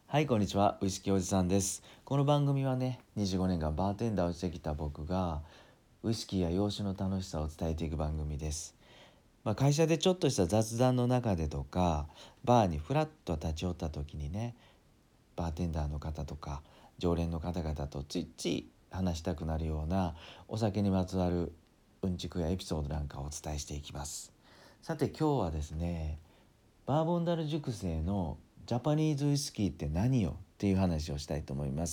はい、こんにちは。ウイスキーおじさんです。この番組はね、25年間バーテンダーをしてきた僕がウイスキーや洋酒の楽しさを伝えていく番組です。会社でちょっとした雑談の中でとか、バーにフラッと立ち寄った時にね、バーテンダーの方とか常連の方々とついつい話したくなるようなお酒にまつわるうんちくやエピソードなんかをお伝えしていきます。さて今日はですね、バーボンダル熟成のジャパニーズウイスキーって何よっていう話をしたいと思います。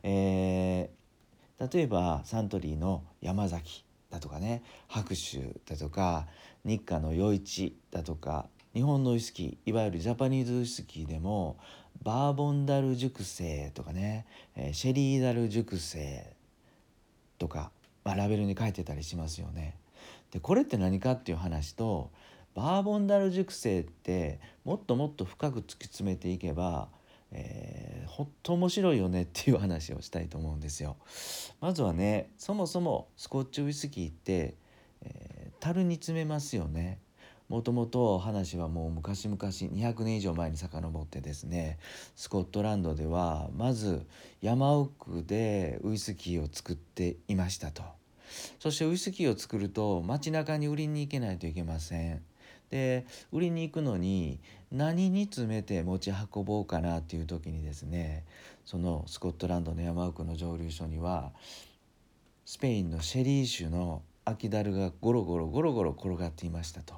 例えばサントリーの山崎だとかね、白州だとか日課の余市だとか、日本のウイスキーいわゆるジャパニーズウイスキーでもバーボンダル熟成とかね、シェリーダル熟成とか、ラベルに書いてたりしますよね。でこれって何かっていう話と、バーボンダル熟成ってもっともっと深く突き詰めていけば、ほんと面白いよねっていう話をしたいと思うんですよ。まずはね、そもそもスコッチウイスキーって、樽に詰めますよね。もともと話はもう昔々200年以上前に遡ってですね、スコットランドではまず山奥でウイスキーを作っていましたと。そしてウイスキーを作ると街中に売りに行けないといけません。で売りに行くのに何に詰めて持ち運ぼうかなっていう時にですね、そのスコットランドの山奥の蒸留所にはスペインのシェリー酒の空き樽がゴロゴロゴロゴロ転がっていましたと。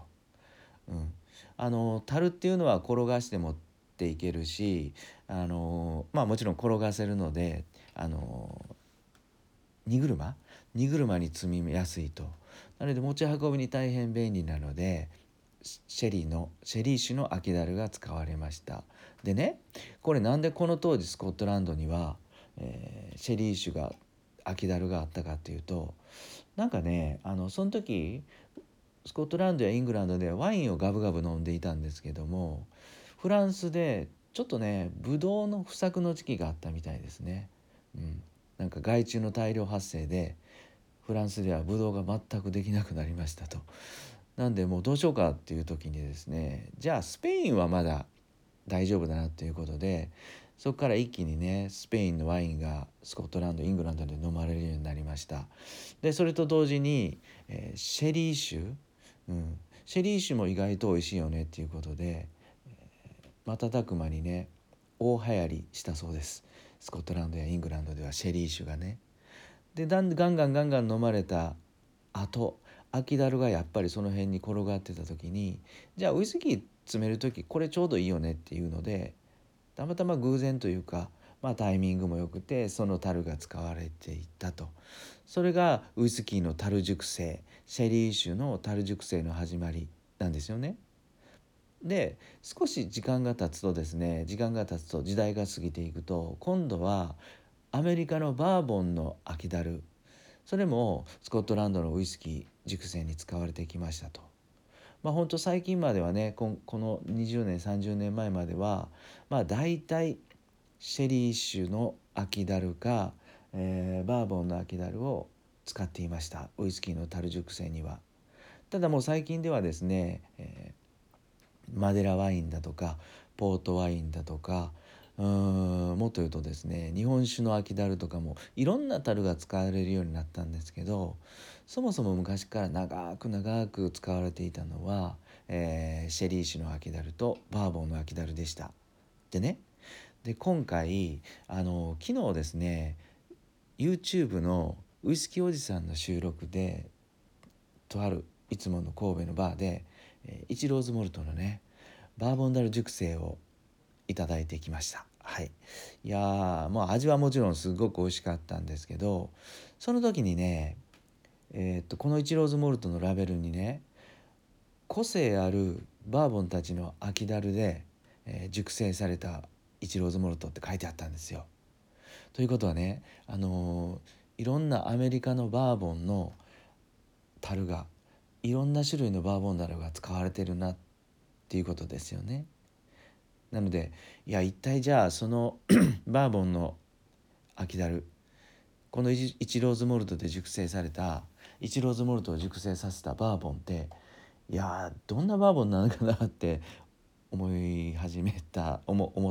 樽っていうのは転がして持っていけるし、もちろん転がせるので、荷車に積みやすいと。なので持ち運びに大変便利なので、シェリー酒の空き樽が使われました。でね、これなんでこの当時スコットランドには、シェリー酒が空き樽があったかっていうと、なんかね、その時スコットランドやイングランドでワインをガブガブ飲んでいたんですけども、フランスでちょっとねブドウの不作の時期があったみたいですね。なんか害虫の大量発生でフランスではブドウが全くできなくなりましたと。なんでもうどうしようかっていう時にですね、じゃあスペインはまだ大丈夫だなということで、そこから一気にねスペインのワインがスコットランドイングランドで飲まれるようになりました。でそれと同時に、シェリー酒、シェリー酒も意外と美味しいよねっていうことで、瞬く間にね大流行りしたそうです。スコットランドやイングランドではシェリー酒がね。でガンガンガンガン飲まれた後、空き樽がやっぱりその辺に転がってた時に、じゃあウイスキー詰める時これちょうどいいよねっていうので、たまたま偶然というか、タイミングも良くてその樽が使われていったと。それがウイスキーの樽熟成、シェリー酒の樽熟成の始まりなんですよね。で少し時間が経つと時代が過ぎていくと、今度はアメリカのバーボンの空き樽、それもスコットランドのウイスキー熟成に使われてきましたと。本当最近まではね、この20年30年前まではだいたいシェリー酒の空き樽か、バーボンの空き樽を使っていました、ウイスキーの樽熟成には。ただもう最近ではですね、マデラワインだとかポートワインだとか、もっと言うとですね、日本酒の空き樽とかもいろんな樽が使われるようになったんですけど、そもそも昔から長く使われていたのは、シェリー酒の空き樽とバーボンの空き樽でした。で今回昨日ですね、 YouTube のウイスキーおじさんの収録で、とあるいつもの神戸のバーで、イチローズモルトのねバーボンダル熟成をいただいてきました。はい。いやもう味はもちろんすごく美味しかったんですけど、その時にね、このイチローズモルトのラベルにね、個性あるバーボンたちの空き樽で、熟成されたイチローズモルトって書いてあったんですよ。ということはね、いろんなアメリカのバーボンの樽が、いろんな種類のバーボン樽が使われてるなっていうことですよね。なので一体じゃあそのバーボンの空き樽、このイチローズモルトで熟成された、イチローズモルトを熟成させたバーボンって、どんなバーボンなのかなって思い始めた思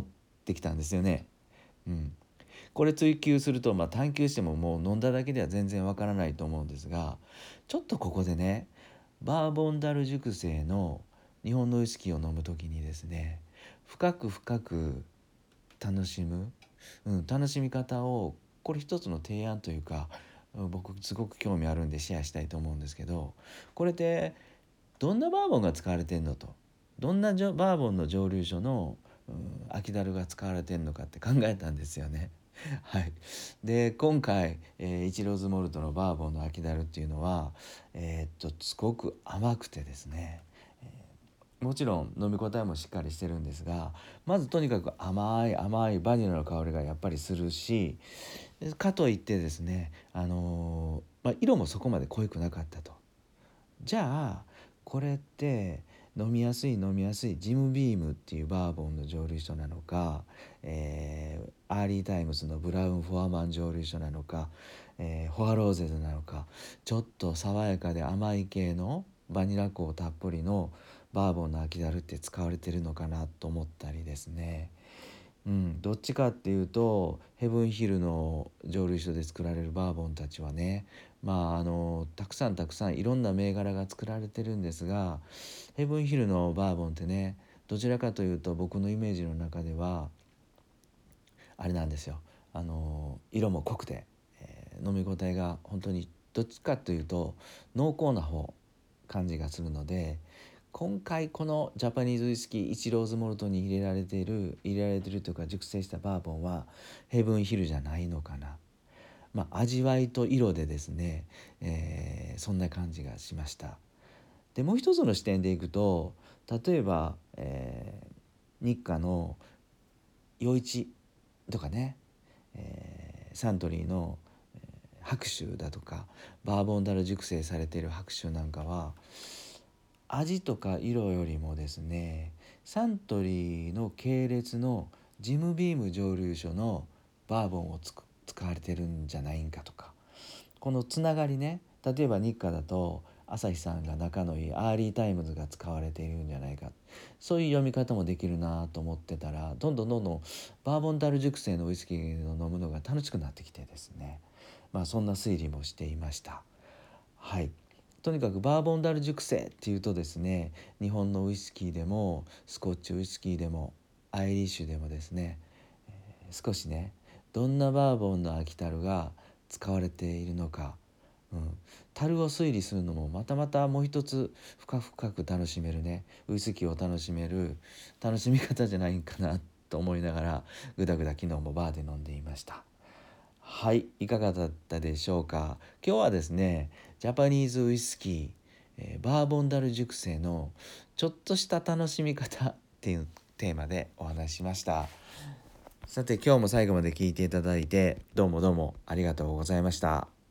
てきたんですよね。これ追求すると、探求してももう飲んだだけでは全然わからないと思うんですが、ちょっとここでね、バーボンダル熟成の日本のウイスキーを飲む時にですね、深く深く楽しむ、楽しみ方を、これ一つの提案というか、僕すごく興味あるんでシェアしたいと思うんですけど、これってどんなバーボンが使われてんのと、どんなバーボンの蒸留所の、秋樽が使われてんのかって考えたんですよね。はい、で今回、イローズモルトのバーボンの秋樽っていうのは、すごく甘くてですね、もちろん飲み応えもしっかりしてるんですが、まずとにかく甘い甘いバニラの香りがやっぱりするし、かといってですね、色もそこまで濃くなかったと。じゃあこれって飲みやすいジムビームっていうバーボンの蒸留所なのか、アーリータイムズのブラウンフォアマン蒸留所なのか、フォアローゼズなのか、ちょっと爽やかで甘い系のバニラ香たっぷりのバーボンの秋樽って使われてるのかなと思ったりですね。どっちかっていうとヘブンヒルの蒸留所で作られるバーボンたちはね、たくさんいろんな銘柄が作られてるんですが、ヘブンヒルのバーボンってね、どちらかというと僕のイメージの中ではあれなんですよ。色も濃くて、飲み応えが本当にどっちかというと濃厚な方感じがするので、今回このジャパニーズウイスキーイチローズモルトに入れられているというか熟成したバーボンはヘブンヒルじゃないのかな。味わいと色でですね、そんな感じがしました。でもう一つの視点でいくと、例えば、日課の余市とかね、サントリーの白州だとかバーボンダル熟成されている白州なんかは味とか色よりもですね、サントリーの系列のジムビーム蒸留所のバーボンを使われてるんじゃないんかとか、このつながりね、例えば日課だと朝日さんが仲のいいアーリータイムズが使われているんじゃないか、そういう読み方もできるなと思ってたら、どんどんバーボンダル熟成のウイスキーを飲むのが楽しくなってきてですね、そんな推理もしていました。はい、とにかくバーボンダル熟成っていうとですね、日本のウイスキーでもスコッチウイスキーでもアイリッシュでもですね、少しね、どんなバーボンの秋樽が使われているのか、樽を推理するのもまたもう一つ深く楽しめるね、ウイスキーを楽しめる楽しみ方じゃないかなと思いながらぐだぐだ昨日もバーで飲んでいました。はい、いかがだったでしょうか。今日はですね、ジャパニーズウイスキー、バーボンダル熟成のちょっとした楽しみ方っていうテーマでお話ししました。さて今日も最後まで聞いていただいてどうもありがとうございました。